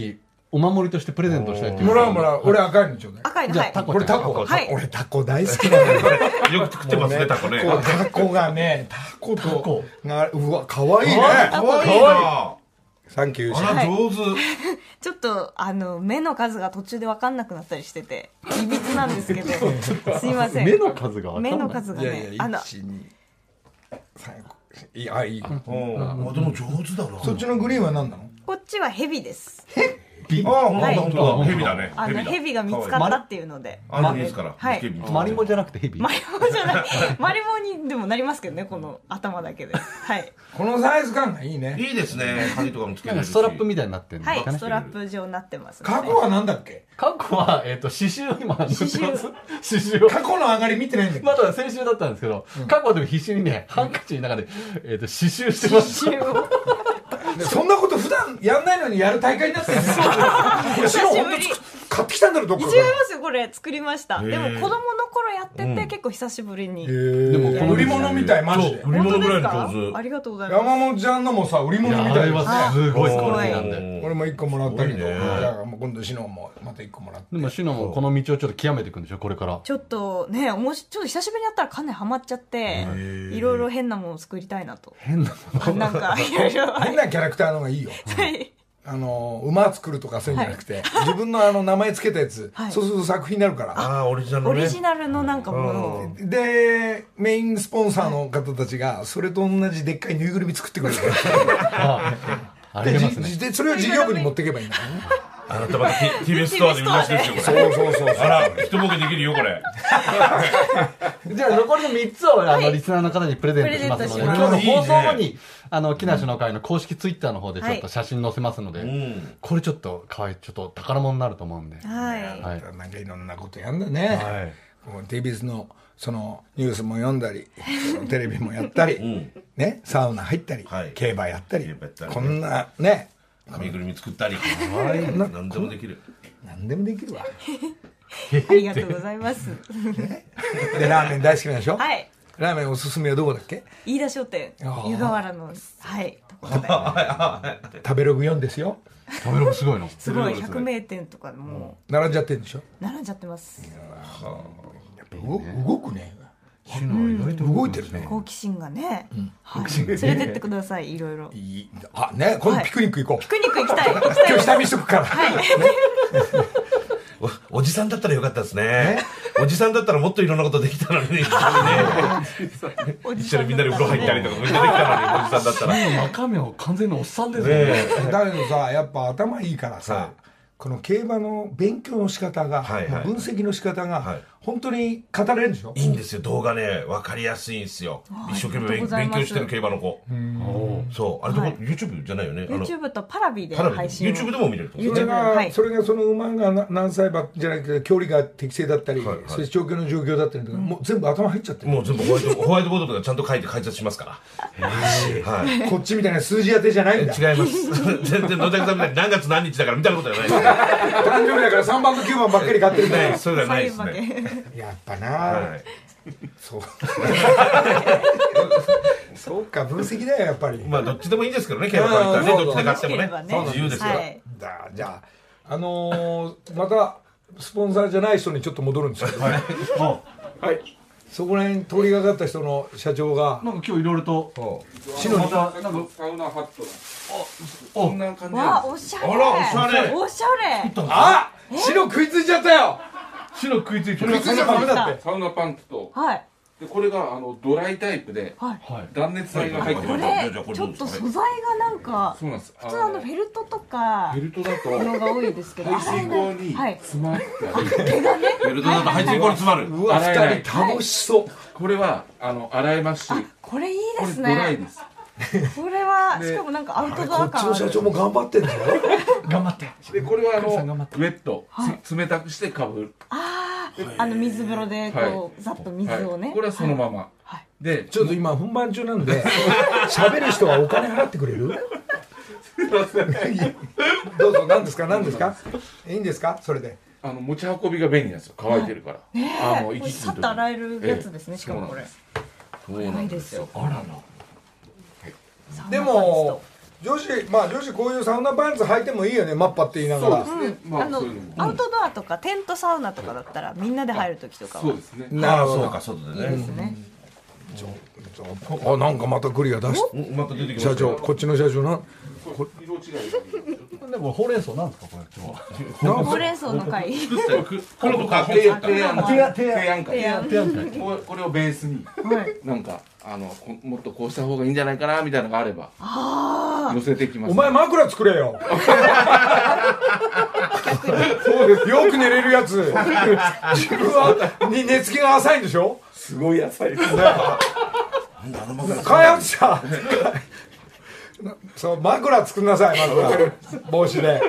お守りとしてプレゼントしたいっていう。 もらうもらう。俺赤いのちょうだい。 赤いの、はい。 じゃあタコこれタコ。 はい俺タコ大好きなのよ。 よく作ってますね、タコね。 こうタコがね、タコと、がうわ、かわいいね。 かわいいな。 サンキュー。 あら、上手。 ちょっとあの目の数が途中で分かんなくなったりしてていびつなんですけどすいません。 目の数が分かんない。 目の数がいやいや、 ねあのいち、に、さん、いや、いい。 あ、でも上手だな。 そっちのグリーンは何なの？ こっちはヘビです。 あ、本当だ、本当だ。ヘビだね。 あのヘビが見つかったっていうので、 あのいいですから。 はい。 マリモじゃなくてヘビ。 マリモじゃない。マリモにでもなりますけどね、この頭だけで。はい。 このサイズ感がいいね。 いいですね。針とかもつけてるし。 ストラップみたいになってるんはい、 ですかね。 ストラップ状になってます。 過去は何だっけ？ 過去は、えっと、刺繍を今、刺繍刺繍を。 過去の上がり見てないんだけど。 まだ先週だったんですけど、過去はでも必死にね、ハンカチの中で、えっと、刺繍してました。 刺繍を。 そんなこと普段やんないのにやる大会になってるんですよ。これ白本当買ってきたんだろ、どっか違いから。 ますよ、これ作りました。でも子供の頃やってて結構久しぶりに。 でもこの売り物みたい、マジで。 売り物ぐらいの本当です上手。 か？ありがとうございます。 山本ちゃんのもさ、売り物みたいですね。 すごいクオリティなんで。 俺も一個もらったけど、 すごいねじゃあもう今度シノもまた一個もらって。 でも、シノもこの道をちょっと極めていくんでしょ、これから。 ちょっとね、おもしちょっと久しぶりにやったらかなりハマっちゃって、いろいろ変なものを作りたいなと。 変なあなんかいろいろ。 変なキャラクターの方がいいよ。 はいあの馬作るとかそういうんじゃなくて、自分のあの名前つけたやつ、 はいそうすると作品になるから。 ああ、オリジナルのね。 オリジナルのなんかものを。 でメインスポンサーの方たちがそれと同じでっかいぬいぐるみ作ってくれるああでりますね。 じでそれを事業部に持っていけばいいんだからね。 あなたまた ティービーエス ストアで売り出しですよ、これ。 そうそうそうそう。 あら、一ボケできるよ、これ。 じゃあ残りのみっつをあのリスナーの方にプレゼントしますので、 プレゼン今トします日の放送後にあの木梨の会の公式ツイッターの方でちょっと写真載せますので、 んこれちょっと可愛いちょっと宝物になると思うんで。 はい。 はい。 なんかいろんなことやんだね。 はい。 こう ティービーエス のそのニュースも読んだり、そのテレビもやったり、 んね、サウナ入ったり、 はい競馬やったり、 競馬やったりねこんなね、 編みぐるみ作ったり。 な何でもできる。 何でもできるわ。 ありがとうございます。 でラーメン大好きなんでしょ。 はい。 ラーメンおすすめはどこだっけ？ 飯田商店あー湯河原のはいところで食べログよんですよ。 食べログすごいの。 すごい百名店とかでも並んじゃってるんでしょ。 並んじゃってます。 動動くね。 シノは意外と動いてるね。 好奇心がね、はい、連れてってくださいいろいろ。 いいあね、今度ピクニック行こう。 ピクニック行きたい行きたい今日下見しとくから。 おおじさんだったらよかったですね。おじさんだったらもっといろんなことできたのにね。一緒にみんなで風呂入ったりとかみんなできたのに、おじさんだったら。 中身は完全におっさんですね。 ねだけどさ、やっぱ頭いいからはさい、 この競馬の勉強の仕方が、 はいはい分析の仕方はがい、 本当に語れるんでしょ。 いいんですよ、動画ね、わかりやすいんですよ。一生懸命ありがとうございます勉強してる競馬の子。そう、あれどこ、YouTube じゃないよね。あの YouTube とパラビでパラビ配信を YouTube でも見れるってことそ YouTube れが、 はいそれがその馬がな何歳馬じゃなくて距離が適正だったり、 はいはいそれ調教の状況だったりとか、もう全部頭入っちゃってる。 もう全部ホワイトホワイトボードとかちゃんと書いて解説しますから。はい。 こっちみたいな数字当てじゃないんだ。 違います。全然野崎さんみたいに何月何日だから見たことじゃないです誕生日だからさんばんときゅうばんばっかり買ってるんだよね。。それじゃないです左右ね。 負けやっぱな、 はい。 そう。そうか、分析だよ、やっぱり。 まあどっちでもいいですけどね、競馬から言ったらね、 うんどっちで買ってもねそうそう、 自由ですから。 はいだじゃあ、あのーまたスポンサーじゃない人にちょっと戻るんですけど、はい、そこら辺通りがかった人の社長がなんか今日いろいろと。 シノにサウナハットこんな感じわあなんおしゃれ。 あらおしゃれおしゃれ。 あシノ食いついちゃったよ。 シノ食いついてる。 食いついちゃダメだって。 サウナパンツとはいでこれがあのドライタイプではい。 はい。 断熱材が入ってこるれじゃあこれちょっとどうですかね素材がなんかそうなんです普通あのフェルトとかベルトだとのが多いですけど、 排水口にはい詰まってある毛がね。 ベルトだと排水口に詰まる。 うわ、 洗えない二人楽しそう。 これはあの洗えますしあこれいいこれですね。 ドライですこれはしかもなんかアウトドこっちア感ある。 の社長も頑張ってんだよ。 頑張って。 でこれはあのウさん頑張ってェットつ冷たくしてかぶるあああの水風呂でこうざっと水をね。 はいこれはそのままはいでちょっと今本番中なんで、喋る人はお金払ってくれる？どうぞ、何ですか、何ですか？いいんですか、それで。 あの持ち運びが便利なんですよ乾いてるからあのこれさっと洗えるやつですね。しかもこれ。 そうなんですいいですよ。 あらら。 でも女子まあ女子こういうサウナパンツ履いてもいいよね、マッパって言いながら。 そうですね、まあ、 あのそういうのもアウトドアとかテントサウナとかだったらみんなで入る時とかはそうですね。 なるほど。 そうか、外でね。 ですね。 あ、なんかまたグリが出しまた出てきました社長、こっちの社長な。 色違いでもほうれん草なんですかこれ今日は。 ほうれん草の会。 これとか提案提案提案提案会提案提案会これこれをベースにはい。 なんかあのこもっとこうした方がいいんじゃないかなみたいなのがあれば寄せてきます。 お前枕作れよ。そうです。よく寝れるやつ。自分はに寝つきが浅いんでしょ。 すごい野菜ですね。 開発者。そう、枕作んなさい、枕。帽子で。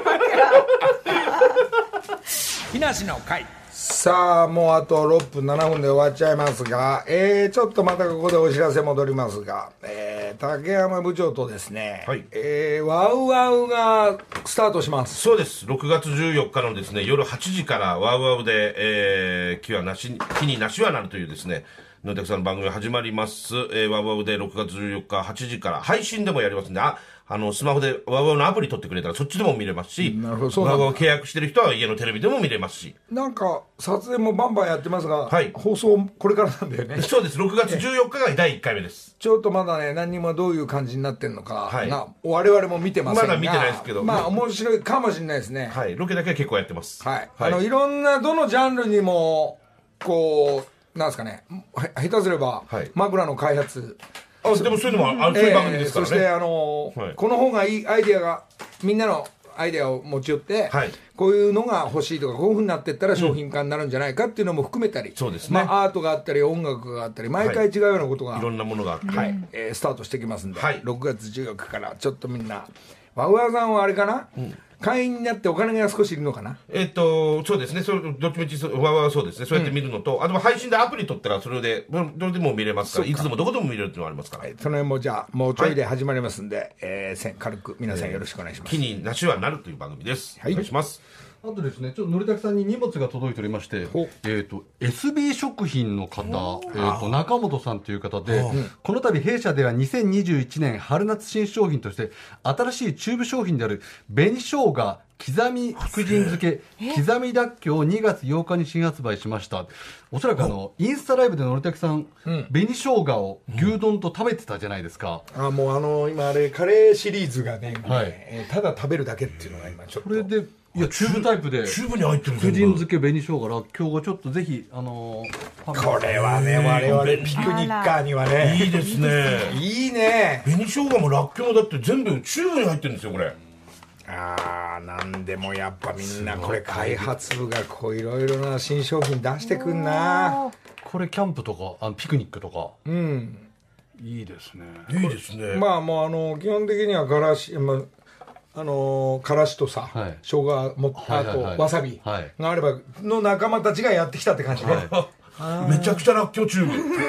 木梨の会。さあ、もうあとろっぷんななふんで終わっちゃいますが、えー、ちょっとまたここでお知らせ戻りますが、えー、竹山部長とですね、 はいえー、ワウワウがスタートします。 そうです。ろくがつじゅうよっかのですね、夜はちじからワウワウで、えー、木はなし、木に梨はなるというですね、のりたくさんの番組が始まります。えー、ワウワウでろくがつじゅうよっかはちじから配信でもやりますんで、あ、あの、スマホでワウワウのアプリ取ってくれたらそっちでも見れますし、 なるほど、そうなんだ。 ワウワウ契約してる人は家のテレビでも見れますし。 なんか撮影もバンバンやってますが、 はい放送これからなんだよね。 そうです。ろくがつじゅうよっかがだいいっかいめです。 ちょっとまだね、何にもどういう感じになってんのか、 はいな我々も見てませんが、 まだ見てないですけどまあ面白いかもしれないですね。 はい。ロケだけは結構やってます。 はい、あのいろんなどのジャンルにもこうなんですかね、は下手すれば、 はい枕の開発、 あ、でもそういうのもある、そういう番組ですからね。 そしてあの、 はいこの方がいいアイデアがみんなのアイデアを持ち寄って、 はいこういうのが欲しいとかこういうふうになっていったら商品化になるんじゃないかっていうのも含めたり、 そうですねまあ、アートがあったり音楽があったり毎回違うようなことが、 いろんなものがあって。 はいえースタートしてきますんで、 はいろくがつじゅうよっかからちょっとみんなワウワウさんはあれかな、会員になってお金が少しいるのかな。 えっと、そうですね。それ、どっちみち、わわわそうですね。そうやって見るのと、あとは配信でアプリ取ったら、それで、どれでも見れますから、いつでもどこでも見れるっていうのがありますから。 はいその辺もじゃあもうちょいで始まりますんで、えーせん軽く皆さんよろしくお願いします。 木に梨はなるという番組です。 はいお願いします。 あとですね、ちょっとのりたくさんに荷物が届いておりましてほ、 えっ、と エスビー 食品の方、えー、と中本さんという方で、この度弊社ではにせんにじゅういちねん春夏新商品として新しいチューブ商品である紅生姜刻み福神漬け刻みらっきょうをにがつようかに新発売しました。おそらくあのインスタライブでのりたくさん、紅生姜を牛丼と食べてたじゃないですか。 あもうあの今あれカレーシリーズがね、 はいえーただ食べるだけっていうのが今ちょっとこれでいやチューブタイプでチューブに入ってるんです福神漬け紅生姜らっきょうがちょっとぜひあのーこれはね我々ピクニッカーにはねいいですね。 いいね。 紅生姜もらっきょうもだって全部チューブに入ってるんですよ、これ。 あーなんでもやっぱみんなこれ開発部がこういろいろな新商品出してくんな。 これキャンプとかあのピクニックとかうんいいですね。 いいですね。 まあもうあの基本的にはからし、まああのーからしとさ、 はい生姜もあはいはいはいとわさびはいがあればの仲間たちがやってきたって感じね、 めちゃくちゃらっきょうチューブ。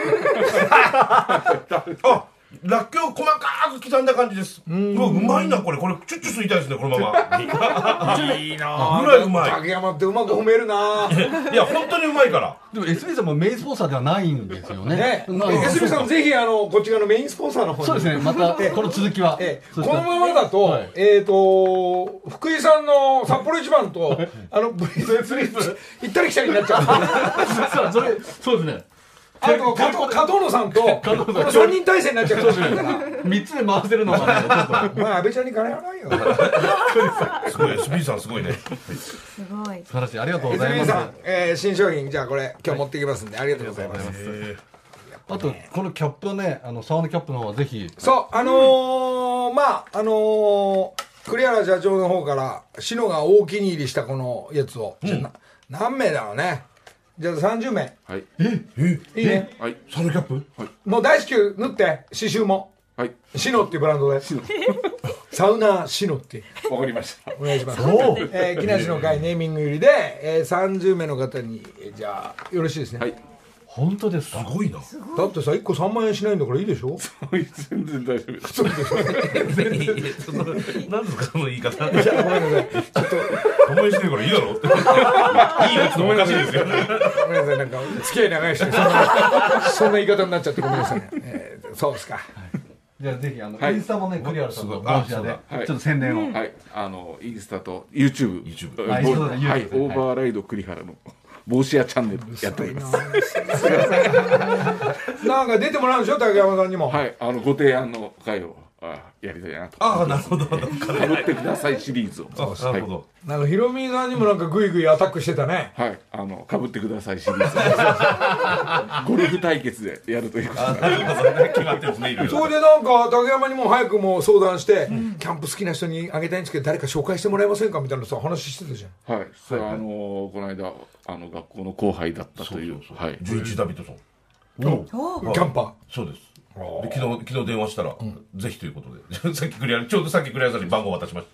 あ、らっきょう細かく刻んだ感じです。うわうまいな、これ。これ、チュッチュ吸いたいですね、このまま。 いいなぐらいうまい竹山ってうまく褒めるないや、本当にうまいから。 でも エスビー さんもメインスポンサーではないんですよね。 ねなエスビーさんぜひあのこっち側のメインスポンサーの方にそうですね。またこの続きは、 ええそしたらこのままだと、 はいえっ、と福井さんの札幌一番とあのブリススリップ行ったり来たりになっちゃうそうそれそうですね。 あと加藤加藤野さんとこのさんにん体制になっちゃうかもしれないから三つで回せるのがね、ちょっと。 まあ安倍ちゃんに金払うよすごい、エスビー さんすごいね。 すごい。 素晴らしい。ありがとうございます。 エスビーさん、えー新商品じゃあこれ今日持ってきますんでありがとうございます、 あとこのキャップはね、あのサウナキャップの方はぜひ。 そうあのーまああのー栗原社長の方からシノが大気に入りしたこのやつを、じゃあな何名だろうね。じゃあさんじゅうめいはいいいね。 はいサウナキャップもう大至急縫って刺繍もはいシノっていうブランドでサウナシノってわかりました。 お願いします。えー木梨の会ネーミング入りで、えー、さんじゅうめいの方にえーじゃあよろしいですね、 はい本当ですか。 すごいな。 だってさいっこさんまんえんしないんだからいいでしょ。 全然大丈夫です。 そのなんですか、その言い方。 いやごめんなさいちょっとお前してるからいいだろって。いいやつのおかしいですよ。 ごめんなさいなんか付き合い長いしそんなそんな言い方になっちゃってごめんなさい、ねえーそうですか、 じゃあぜひあの、 はい、 インスタもね、栗原さんの帽子屋で、はい、ちょっと宣伝を、 はい、あのインスタと YouTube、 YouTube、 はい、はい、オーバーライド栗原の帽子屋チャンネルやっております。 なんか出てもらうんでしょ、竹山さんにも。 はい、あのご提案の会をあやりたいなと。 ああ、なるほど。かぶってくださいシリーズを。 なるほど。 なんかヒロミさんにもなんかグイグイアタックしてたね。 はい、あのかぶってくださいシリーズ。ゴルフ対決でやるということで。 なるほどね、決まってるんですね。いろいろ。 それでなんか竹山にも早くもう相談して、キャンプ好きな人にあげたいんですけど誰か紹介してもらえませんかみたいなさ話してたじゃん。 はい、それはあのこの間あの学校の後輩だったという。はい。 じゅういちダビッドソン。 キャンパー。 そうです。で昨日昨日電話したら、ぜひということでさっきクリアちょうどさっきクリアさんに番号渡しました。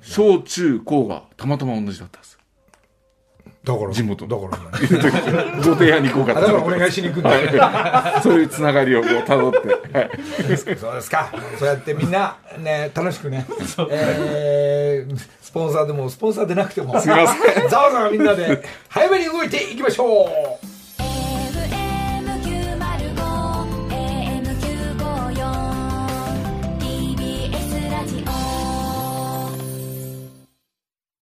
小中高がたまたま同じだったんです。 だから地元だからご提案に行こうかだからお願いしに行くんだよ、 はい、そういうつながりをこうたどって、はい、 そうですか。そうやってみんなね楽しくね、えー、スポンサーでもスポンサーでなくてもすみませんざわざわみんなで早めに動いていきましょう。